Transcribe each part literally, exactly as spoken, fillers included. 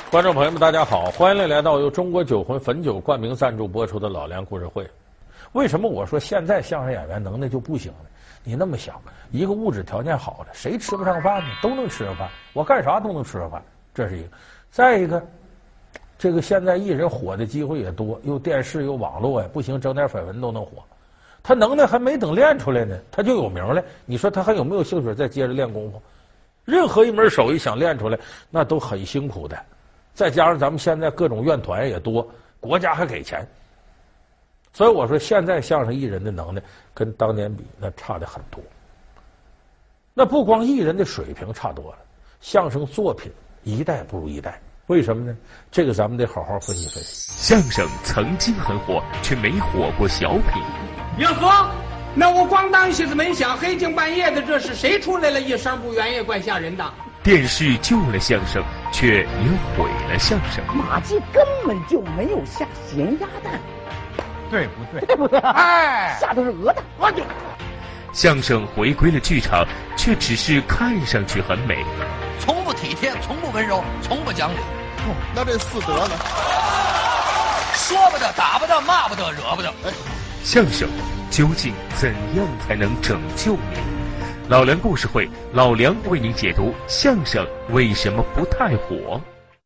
观众朋友们，大家好，欢迎来到由中国酒魂汾酒冠名赞助播出的老梁故事会。为什么我说现在相声演员能耐就不行呢？你那么想，一个物质条件好的，谁吃不上饭呢？都能吃上饭，我干啥都能吃上饭，这是一个。再一个，这个现在艺人火的机会也多，又电视又网络呀，不行，整点绯闻都能火。他能耐还没等练出来呢，他就有名了。你说他还有没有兴趣再接着练功夫？任何一门手艺想练出来，那都很辛苦的。再加上咱们现在各种院团也多，国家还给钱，所以我说现在相声艺人的能耐跟当年比那差得很多。那不光艺人的水平差多了，相声作品一代不如一代。为什么呢？这个咱们得好好分析分析。 相声曾经很火，却没火过小品。 哟呵，那我咣当一下子没响，黑更半夜的，这是谁出来了？一声不圆也怪吓人的。 电视救了相声，却也毁了相声。 马季根本就没有下咸鸭蛋， 对不对？ 对不对？ 哎， 下的是鹅蛋。我就相声回归了剧场，却只是看上去很美， 从不体贴，从不温柔，从不讲理。 哦，那这四德呢？ 说不得，打不得，骂不得，惹不得。哎， 相声究竟怎样才能拯救你？老梁故事会，老梁为您解读相声为什么不太火。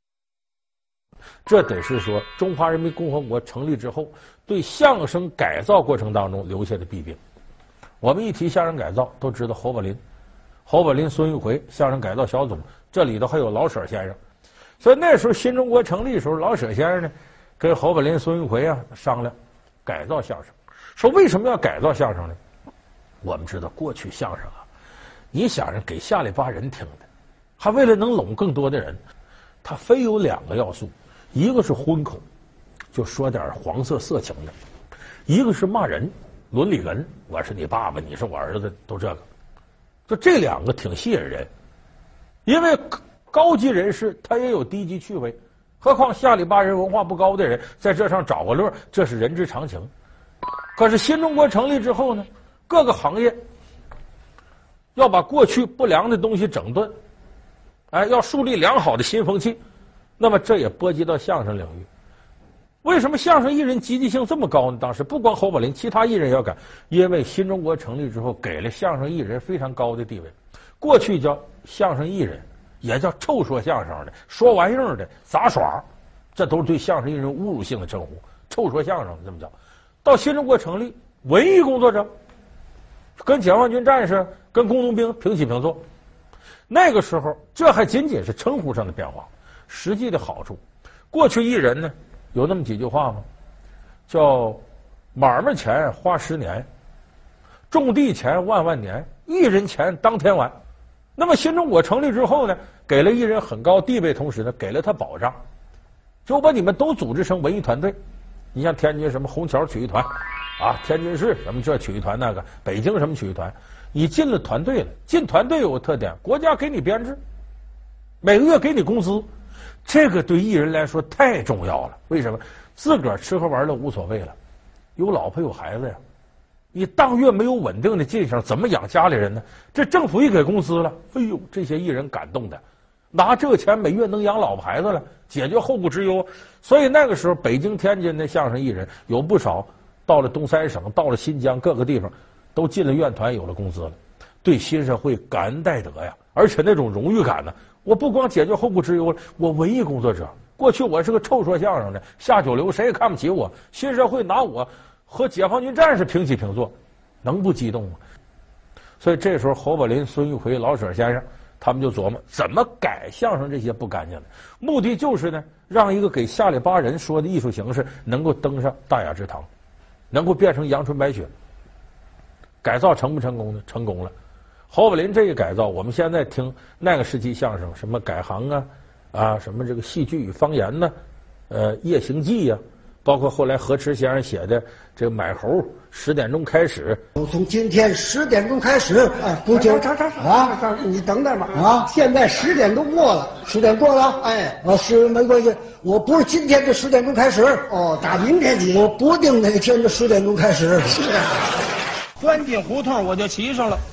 这得是说中华人民共和国成立之后对相声改造过程当中留下的弊病。我们一提相声改造都知道侯宝林，侯宝林、孙玉奎相声改造小组，这里头还有老舍先生。所以那时候新中国成立的时候，老舍先生呢跟侯宝林、孙玉奎啊商量改造相声，说为什么要改造相声呢？我们知道过去相声啊，你想着给下里巴人听的，还为了能拢更多的人，他非有两个要素，一个是荤口，就说点黄色色情的；一个是骂人，伦理哏，我是你爸爸，你是我儿子，都这个。就这两个挺吸引人，因为高级人士他也有低级趣味，何况下里巴人文化不高的人在这上找个乐，这是人之常情。可是新中国成立之后呢，各个行业要把过去不良的东西整顿，哎，要树立良好的新风气，那么这也波及到相声领域。为什么相声艺人积极性这么高呢？当时不光侯宝林，其他艺人也要改，因为新中国成立之后，给了相声艺人非常高的地位。过去叫相声艺人，也叫臭说相声的、说玩意儿的、杂耍，这都是对相声艺人侮辱性的称呼。臭说相声这么叫。到新中国成立，文艺工作者跟解放军战士、跟工农兵平起平坐。那个时候，这还仅仅是称呼上的变化，实际的好处。过去艺人呢，有那么几句话吗？叫买卖钱花十年，种地钱万万年，艺人钱当天完。那么新中国成立之后呢，给了艺人很高地位，同时呢，给了他保障，就把你们都组织成文艺团队。你像天津什么虹桥曲艺团啊，天津市什么这曲艺团那个，北京什么曲艺团，你进了团队了，进团队有个特点，国家给你编制，每个月给你工资，这个对艺人来说太重要了。为什么？自个儿吃喝玩乐无所谓了，有老婆有孩子呀，你当月没有稳定的进项，怎么养家里人呢？这政府一给工资了，哎呦，这些艺人感动的，拿这个钱每月能养老婆孩子了，解决后顾之忧。所以那个时候，北京、天津的相声艺人有不少到了东三省，到了新疆各个地方，都进了院团，有了工资了，对新社会感恩戴德呀。而且那种荣誉感呢，我不光解决后顾之忧了，我文艺工作者，过去我是个臭说相声的，下九流谁也看不起我，新社会拿我和解放军战士平起平坐，能不激动吗？所以这时候侯宝林、孙玉奎、老舍先生他们就琢磨怎么改相声这些不干净的，目的就是呢，让一个给下里巴人说的艺术形式能够登上大雅之堂，能够变成阳春白雪。改造成不成功呢？成功了。侯宝林这个改造，我们现在听那个时期相声，什么改行啊，啊，什么这个戏剧与方言呢，呃，夜行记呀、啊，包括后来何池先生写的这个买猴，十点钟开始， 从今天十点钟开始，哎，不久啥啥啥啊， 你等等吧啊， 现在十点都过了， 十点过了， 哎， 啊是没关系，我不是今天这十点钟开始， 哦，打明天起， 我不定哪天这十点钟开始。 是，钻进胡同我就骑上了。咦，对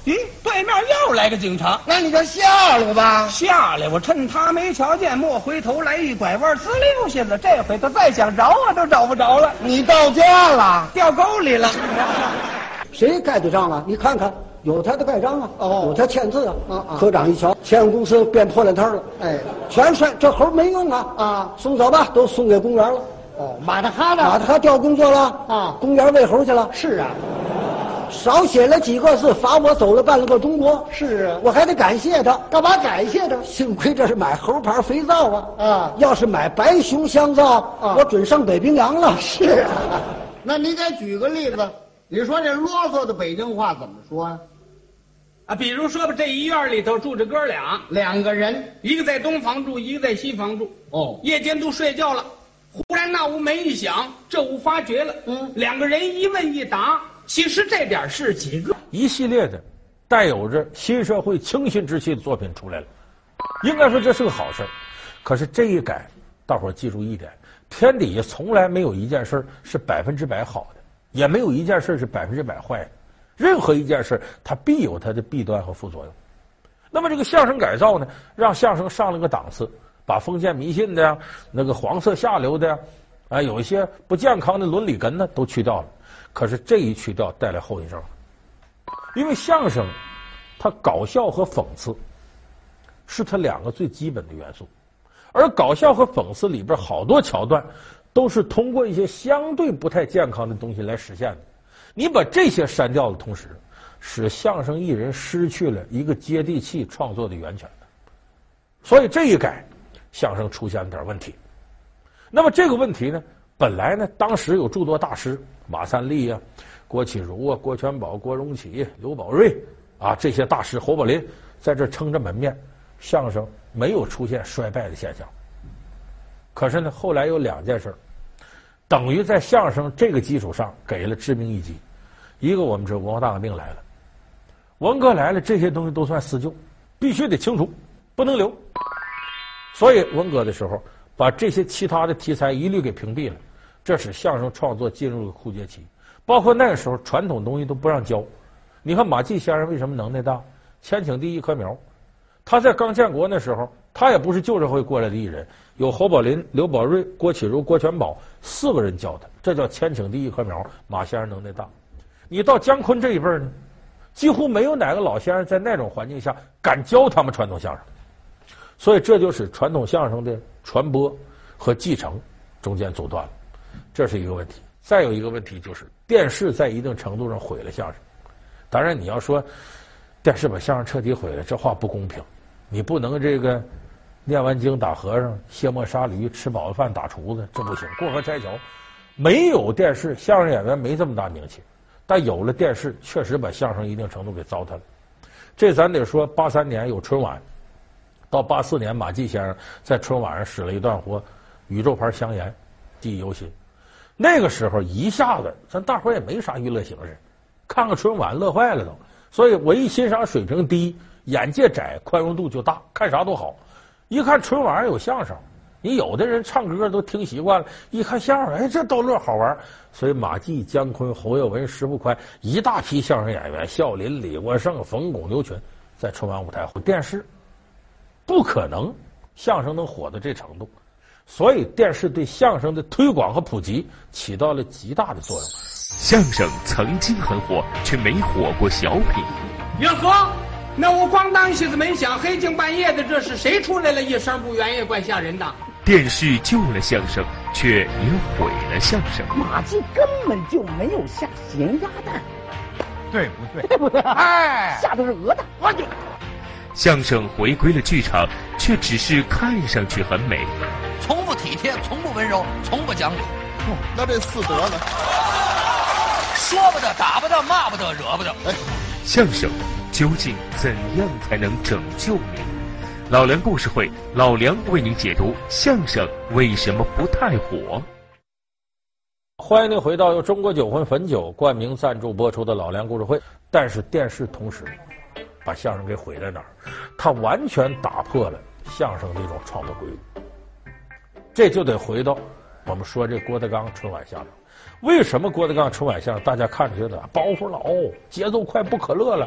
对面又来个警察， 那你就下了吧。 下来，我趁他没瞧见，莫回头来一拐弯，滋溜下了。这回他再想找我都找不着了。 你到家了， 掉沟里了。 谁盖的章啊？你看看，有他的盖章啊， 哦有他签字啊。 啊啊科长一瞧，钱公司变破烂摊了， 哎， 全摔，这猴没用啊啊送走吧，都送给公园了。 哦，马大哈呢？ 马他调工作了啊公园喂猴去了。 是啊， 少写了几个字，罚我走了半了个中国。 是啊， 我还得感谢他， 干嘛感谢他？ 幸亏这是买猴牌肥皂啊！ 啊要是买白熊香皂， 啊我准上北冰洋了。 是啊，那你给举个例子，你说这啰嗦的北京话怎么说呀、 啊，比如说吧，这一院里头住着哥俩， 两个人一个在东房住，一个在西房住。 哦， 夜间都睡觉了，忽然那屋门一响，这屋发觉了。 嗯两个人一问一答，其实这点事几个。 一系列的带有着新社会清新之气的作品出来了，应该说这是个好事。可是这一改，大伙儿记住一点：天底下从来没有一件事是百分之百好的，也没有一件事是百分之百坏的。任何一件事，它必有它的弊端和副作用。那么这个相声改造呢，让相声上了个档次，把封建迷信的呀、那个黄色下流的呀，啊，有一些不健康的伦理根呢，都去掉了。可是这一去掉，带来后遗症。因为相声，它搞笑和讽刺，是它两个最基本的元素。而搞笑和讽刺里边好多桥段，都是通过一些相对不太健康的东西来实现的。你把这些删掉的同时，使相声艺人失去了一个接地气创作的源泉。所以这一改，相声出现了点问题。那么这个问题呢，本来呢，当时有诸多大师，马三立啊、郭启儒啊、郭全宝、郭荣启、刘宝瑞啊，这些大师，侯宝林在这撑着门面，相声没有出现衰败的现象。可是呢，后来有两件事，等于在相声这个基础上给了致命一击。一个我们知道文化大革命来了，文革来了，这些东西都算私旧，必须得清除，不能留。所以文革的时候，把这些其他的题材一律给屏蔽了，这使相声创作进入了枯竭期。包括那个时候传统东西都不让教。你看马季先生为什么能耐大？千顷地一棵苗。他在刚建国那时候，他也不是旧社会过来的艺人，有侯宝林、刘宝瑞、郭启儒、郭全宝四个人教他，这叫千顷地一棵苗。马先生能耐大。你到姜昆这一辈呢，几乎没有哪个老先生在那种环境下敢教他们传统相声，所以这就使传统相声的传播和继承中间阻断了，这是一个问题。再有一个问题就是电视在一定程度上毁了相声。当然你要说电视把相声彻底毁了，这话不公平。你不能这个念完经打和尚，卸磨杀驴，吃饱了饭打厨子，这不行。过河拆桥，没有电视，相声演员没这么大名气。但有了电视，确实把相声一定程度给糟蹋了。这咱得说，八三年有春晚，到八四年马季先生在春晚上使了一段活，宇宙牌香烟，记忆犹新。那个时候一下子，咱大伙儿也没啥娱乐形式，看个春晚乐坏了都。所以文艺欣赏水平低，眼界窄，宽容度就大，看啥都好。一看春晚上有相声，你有的人唱歌都听习惯了，一看相声，哎，这逗乐好玩。所以马季、姜昆、侯耀文、石富宽一大批相声演员，孝林、李国盛、冯巩、刘群，在春晚舞台火。电视不可能相声能火到这程度，所以电视对相声的推广和普及起到了极大的作用。 相声曾经很火，却没火过小品。 哟呵，那我咣当一下子没响，黑更半夜的，这是谁出来了？一声不圆也怪吓人的。 电视救了相声，却也毁了相声。 马季根本就没有下咸鸭蛋， 对不对？ 对不对？ 哎， 下的是鹅蛋。我就相声回归了剧场，却只是看上去很美， 从不体贴，从不温柔，从不讲理。 那这四德呢？ 说不得，打不得，骂不得，惹不得。 哎， 相声究竟怎样才能拯救您？老梁故事会，老梁为您解读相声为什么不太火。 欢迎您回到由中国酒魂汾酒冠名赞助播出的老梁故事会。但是电视同时把相声给毁在哪儿？它完全打破了相声这种创作规律。这就得回到我们说这郭德纲春晚相声。为什么郭德纲春晚相声大家看觉得包袱老，节奏快不可乐了？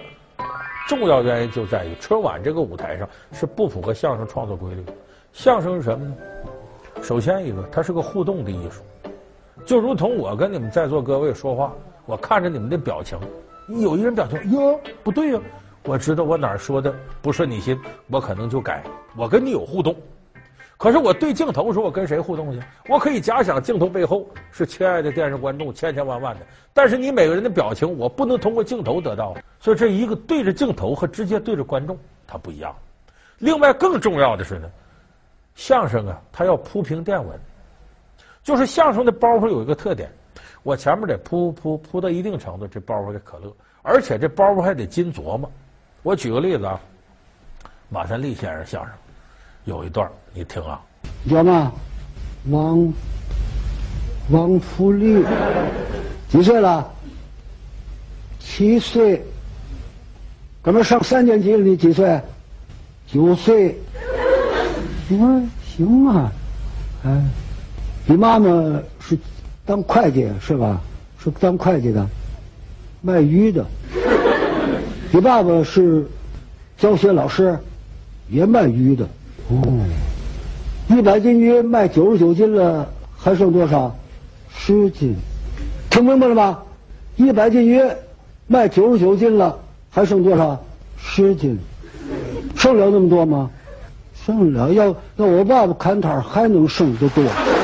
重要原因就在于春晚这个舞台上是不符合相声创作规律。相声是什么呢？首先一个，它是个互动的艺术，就如同我跟你们在座各位说话，我看着你们的表情，你有一人表情哟不对呀、啊，我知道我哪儿说的不顺你心，我可能就改。我跟你有互动，可是我对镜头时候我跟谁互动去？我可以假想镜头背后是亲爱的电视观众千千万万的，但是你每个人的表情我不能通过镜头得到，所以这一个对着镜头和直接对着观众它不一样。另外更重要的是呢，相声啊它要铺平垫稳，就是相声的包袱有一个特点，我前面得铺铺铺到一定程度，这包袱得可乐，而且这包袱还得经琢磨。我举个例子啊，马三立先生相声有一段你听啊， 叫嘛？王王福利几岁了？七岁。哥们上三年级了，你几岁？九岁。我说行啊，哎，你妈妈是当会计是吧？是当会计的，卖鱼的。你爸爸是教学老师，也卖鱼的。哦，一百斤鱼卖九十九斤了，还剩多少？十斤。听明白了吗？一百斤鱼卖九十九斤了，还剩多少？十斤。剩了那么多吗？剩了，要要我爸爸砍摊还能剩得多。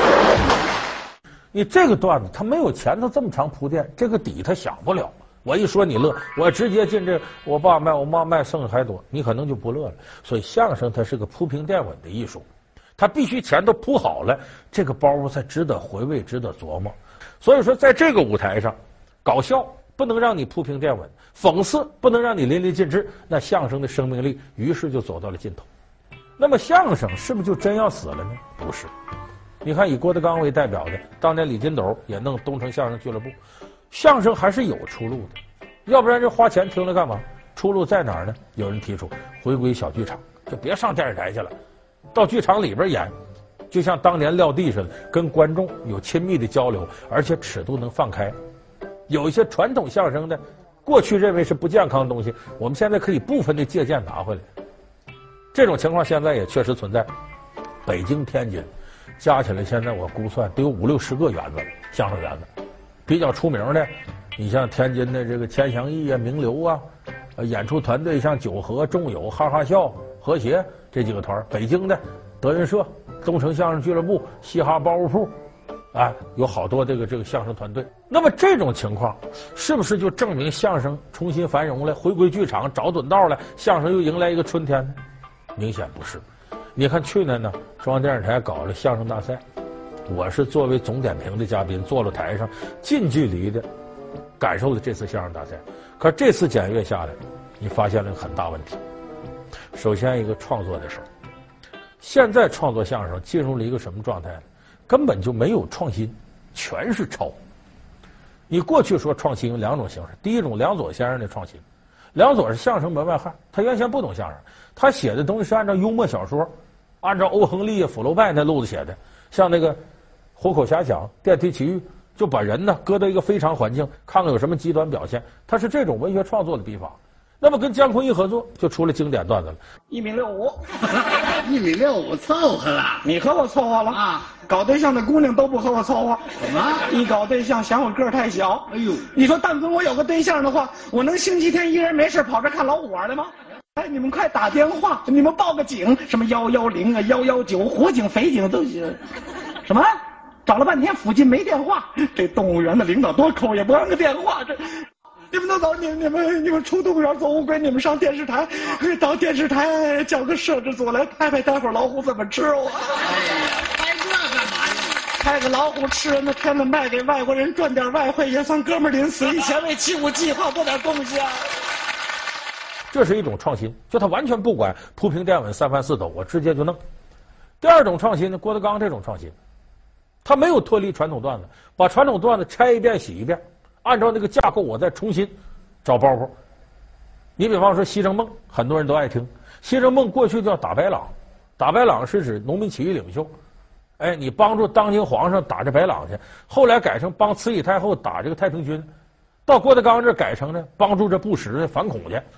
你这个段子他没有前头这么长铺垫，这个底他想不了。我一说你乐，我直接进这我爸卖我妈卖剩的还多，你可能就不乐了。所以相声它是个铺平垫稳的艺术，它必须前头铺好了，这个包袱才值得回味，值得琢磨。所以说在这个舞台上，搞笑不能让你铺平垫稳，讽刺不能让你淋漓尽致，那相声的生命力于是就走到了尽头。那么相声是不是就真要死了呢？不是。你看以郭德纲为代表的当年李金斗也弄东城相声俱乐部，相声还是有出路的，要不然这花钱听了干嘛？出路在哪儿呢？有人提出回归小剧场，就别上电视台去了，到剧场里边演，就像当年撂地似的，跟观众有亲密的交流，而且尺度能放开。有一些传统相声的过去认为是不健康的东西，我们现在可以部分的借鉴拿回来。这种情况现在也确实存在。北京、天津加起来现在我估算得有五六十个园子，相声园子。比较出名的，你像天津的这个钱祥义啊、名流啊，呃，演出团队像九和、众友、哈哈笑、和谐这几个团。北京的德云社、东城相声俱乐部、嘻哈包袱铺，啊，有好多这个这个相声团队。那么这种情况是不是就证明相声重新繁荣了，回归剧场找准道了，相声又迎来一个春天呢？明显不是。你看去年呢，中央电视台搞了相声大赛，我是作为总点评的嘉宾坐了台上，近距离的感受的这次相声大赛。可是这次检阅下来，你发现了一个很大问题。首先一个创作的事儿，现在创作相声进入了一个什么状态呢？根本就没有创新，全是抄。你过去说创新有两种形式，第一种梁左先生的创新，梁左是相声门外汉，他原先不懂相声，他写的东西是按照幽默小说，按照欧亨利、福楼拜那路子写的，像那个虎口遐想、电梯奇遇，就把人呢搁到一个非常环境，看看有什么极端表现，他是这种文学创作的笔法。那么跟姜昆一合作，就出了经典段子了。 一米六五， 一米六五凑合了。 你和我凑合了啊？ 搞对象的姑娘都不和我凑合。 怎么？ 一搞对象嫌我个儿太小。 哎呦， 你说但凡我有个对象的话，我能星期天一人没事跑这看老虎玩来吗？哎，你们快打电话，你们报个警，什么幺幺零啊、幺幺九，火警、匪警都行。什么？找了半天附近没电话，这动物园的领导多抠也不按个电话，这。你们都走，你你们你们出动物园做乌龟，你们上电视台，到电视台叫个摄制组来拍拍，待会儿老虎怎么吃我？ 哎呀，拍这干嘛呀？ 拍个老虎吃人的片子卖给外国人，赚点外汇，也算哥们儿临死以前为七五计划做点贡献。 这是一种创新，就他完全不管铺平垫稳、三翻四抖，我直接就弄。第二种创新呢，郭德纲这种创新，他没有脱离传统段子，把传统段子拆一遍洗一遍。按照那个架构，我再重新找包袱。你比方说《西征梦》，很多人都爱听。《西征梦》过去叫打白狼，打白狼是指农民起义领袖。哎，你帮助当今皇上打这白狼去，后来改成帮慈禧太后打这个太平军，到郭德纲这改成呢帮助这不时反恐去。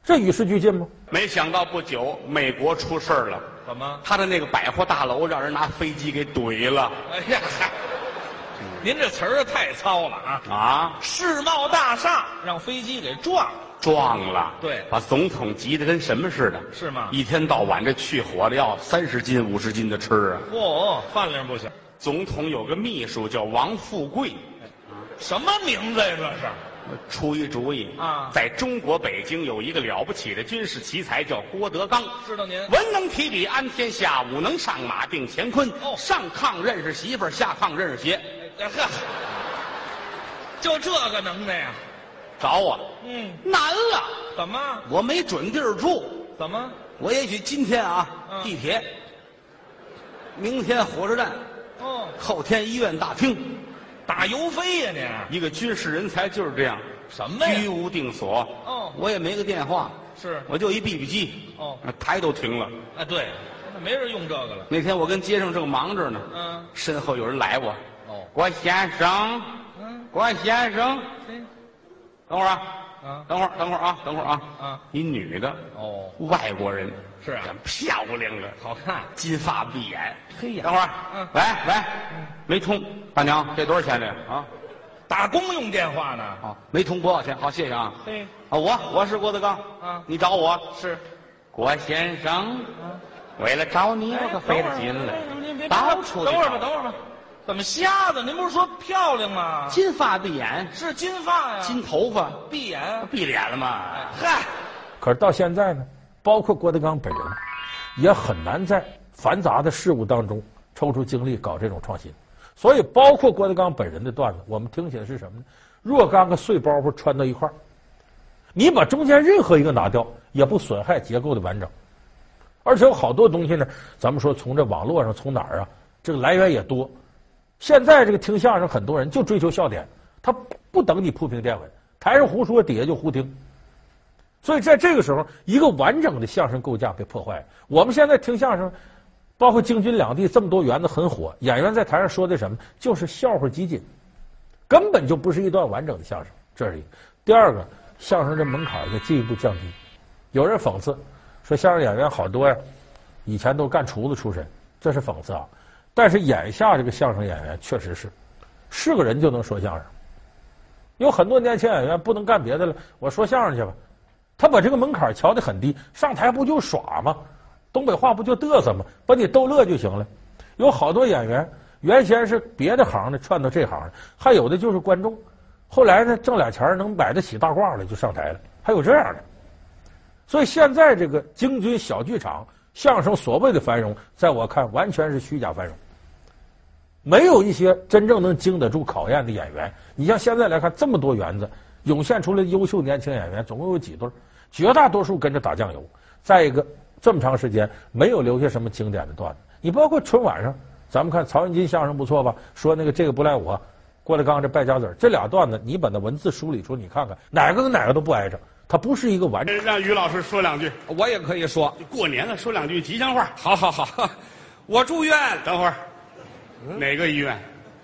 这与时俱进吗？ 没想到不久，美国出事儿了。 怎么？ 他的那个百货大楼让人拿飞机给怼了。 哎呀，嗨，您这词儿太糙了啊！ 啊， 世贸大厦让飞机给撞了。 撞了， 对， 把总统急得跟什么似的， 是吗？ 一天到晚这去火的要三十斤、五十斤的吃啊！ 哦，饭量不小。 总统有个秘书叫王富贵， 什么名字呀？这是？ 出一主意啊， 在中国北京有一个了不起的军事奇才叫郭德纲， 知道您？ 文能提笔安天下，武能上马定乾坤。 哦， 上炕认识媳妇儿，下炕认识鞋。 哎呵，就这个能耐呀？ 找我， 嗯， 难了。 怎么？ 我没准地儿住。 怎么？ 我也许今天啊， 嗯、 地铁，明天火车站， 哦， 后天医院大厅， 打油飞呀、啊、 你！一个军事人才就是这样， 什么呀？ 居无定所。 哦， 我也没个电话， 是， 我就一 B B 机。 哦， 台都停了。 啊，对，那没人用这个了。 那天我跟街上正忙着呢， 嗯， 身后有人来我。 哦， 郭先生， 嗯， 郭先生， 嗯， 等会儿啊， 啊， 等会儿，等会儿啊，等会儿啊， 啊， 一女的， 哦， 外国人， 是啊， 漂亮的， 好看， 金发碧眼。 嘿呀， 等会儿， 嗯， 喂喂，没通，大娘，这多少钱的啊？ 打公用电话呢。 啊，没通多少钱？好，谢谢啊。 嘿， 啊，我我是郭德纲啊， 你找我是郭先生，为了找你我可费了劲了，到处等会儿吧，等会儿吧。怎么瞎子？您不是说漂亮吗？ 金发碧眼是金发呀， 金头发闭眼， 闭脸了嘛？ 嗨， 可是到现在呢，包括郭德纲本人，也很难在繁杂的事物当中抽出精力搞这种创新。所以，包括郭德纲本人的段子，我们听起来是什么呢？若干个碎包袱穿到一块儿，你把中间任何一个拿掉，也不损害结构的完整。而且有好多东西呢，咱们说从这网络上从哪儿啊，这个来源也多。现在这个听相声，很多人就追求笑点，他不等你铺平垫稳，台上胡说，底下就胡听。所以在这个时候，一个完整的相声构架被破坏。我们现在听相声，包括京津两地这么多园子很火，演员在台上说的什么，就是笑话集锦，根本就不是一段完整的相声。这是一个。第二个，相声这门槛也进一步降低。有人讽刺说，相声演员好多呀，以前都干厨子出身，这是讽刺啊。但是眼下这个相声演员确实是，是个人就能说相声。有很多年轻演员不能干别的了，我说相声去吧。他把这个门槛瞧得很低，上台不就耍吗？东北话不就嘚瑟吗？把你逗乐就行了。有好多演员原先是别的行的，串到这行的，还有的就是观众，后来呢挣俩钱能买得起大褂了就上台了，还有这样的。所以现在这个京津小剧场相声所谓的繁荣，在我看完全是虚假繁荣，没有一些真正能经得住考验的演员。你像现在来看，这么多园子涌现出来的优秀年轻演员，总共有几对，绝大多数跟着打酱油。再一个，这么长时间没有留下什么经典的段子。你包括春晚上，咱们看曹云金相声不错吧？说那个这个不赖我，郭德纲这败家子儿，这俩段子你把那文字梳理出，你看看哪个跟哪个都不挨着。它不是一个完整。 让于老师说两句， 我也可以说。 过年了，说两句吉祥话。 好好好，我祝愿。 等会儿， 嗯、 哪个医院？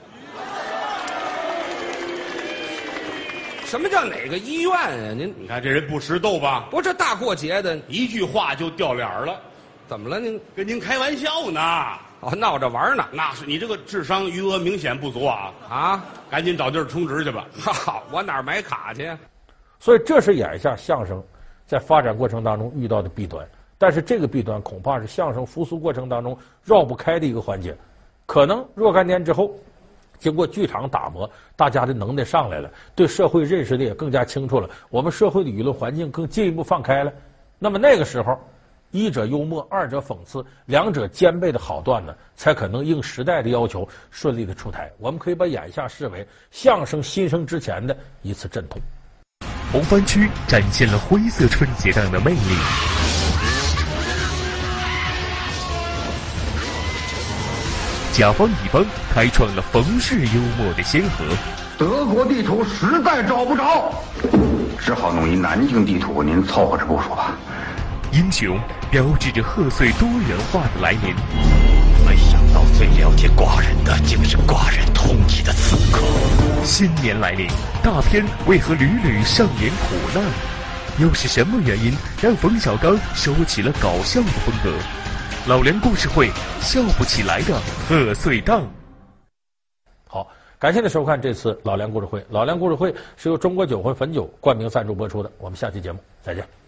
什么叫哪个医院啊？您你看这人不识逗吧？ 不，这大过节的， 一句话就掉脸了。 怎么了您？ 跟您开玩笑呢。 哦，闹着玩呢。 那是你这个智商余额明显不足啊！ 啊， 赶紧找地儿充值去吧。 好，我哪儿买卡去？ 所以这是眼下相声在发展过程当中遇到的弊端，但是这个弊端恐怕是相声复苏过程当中绕不开的一个环节。可能若干年之后，经过剧场打磨，大家的能耐上来了，对社会认识的也更加清楚了，我们社会的舆论环境更进一步放开了。那么那个时候，一者幽默，二者讽刺，两者兼备的好段子，才可能应时代的要求顺利的出台。我们可以把眼下视为相声新生之前的一次阵痛。 红番区展现了灰色春节档的魅力。甲方乙方开创了冯氏幽默的先河。 德国地图实在找不着，只好弄一南京地图，您凑合着部署吧。 英雄标志着贺岁多元化的来临。 没想到最了解寡人的，竟是寡人通缉的刺客。 新年来临，大片为何屡屡上演苦难？ 又是什么原因让冯小刚收起了搞笑的风格？老梁故事会，笑不起来的贺岁档。 好，感谢您收看这次老梁故事会。老梁故事会是由中国酒魂汾酒冠名赞助播出的。我们下期节目再见。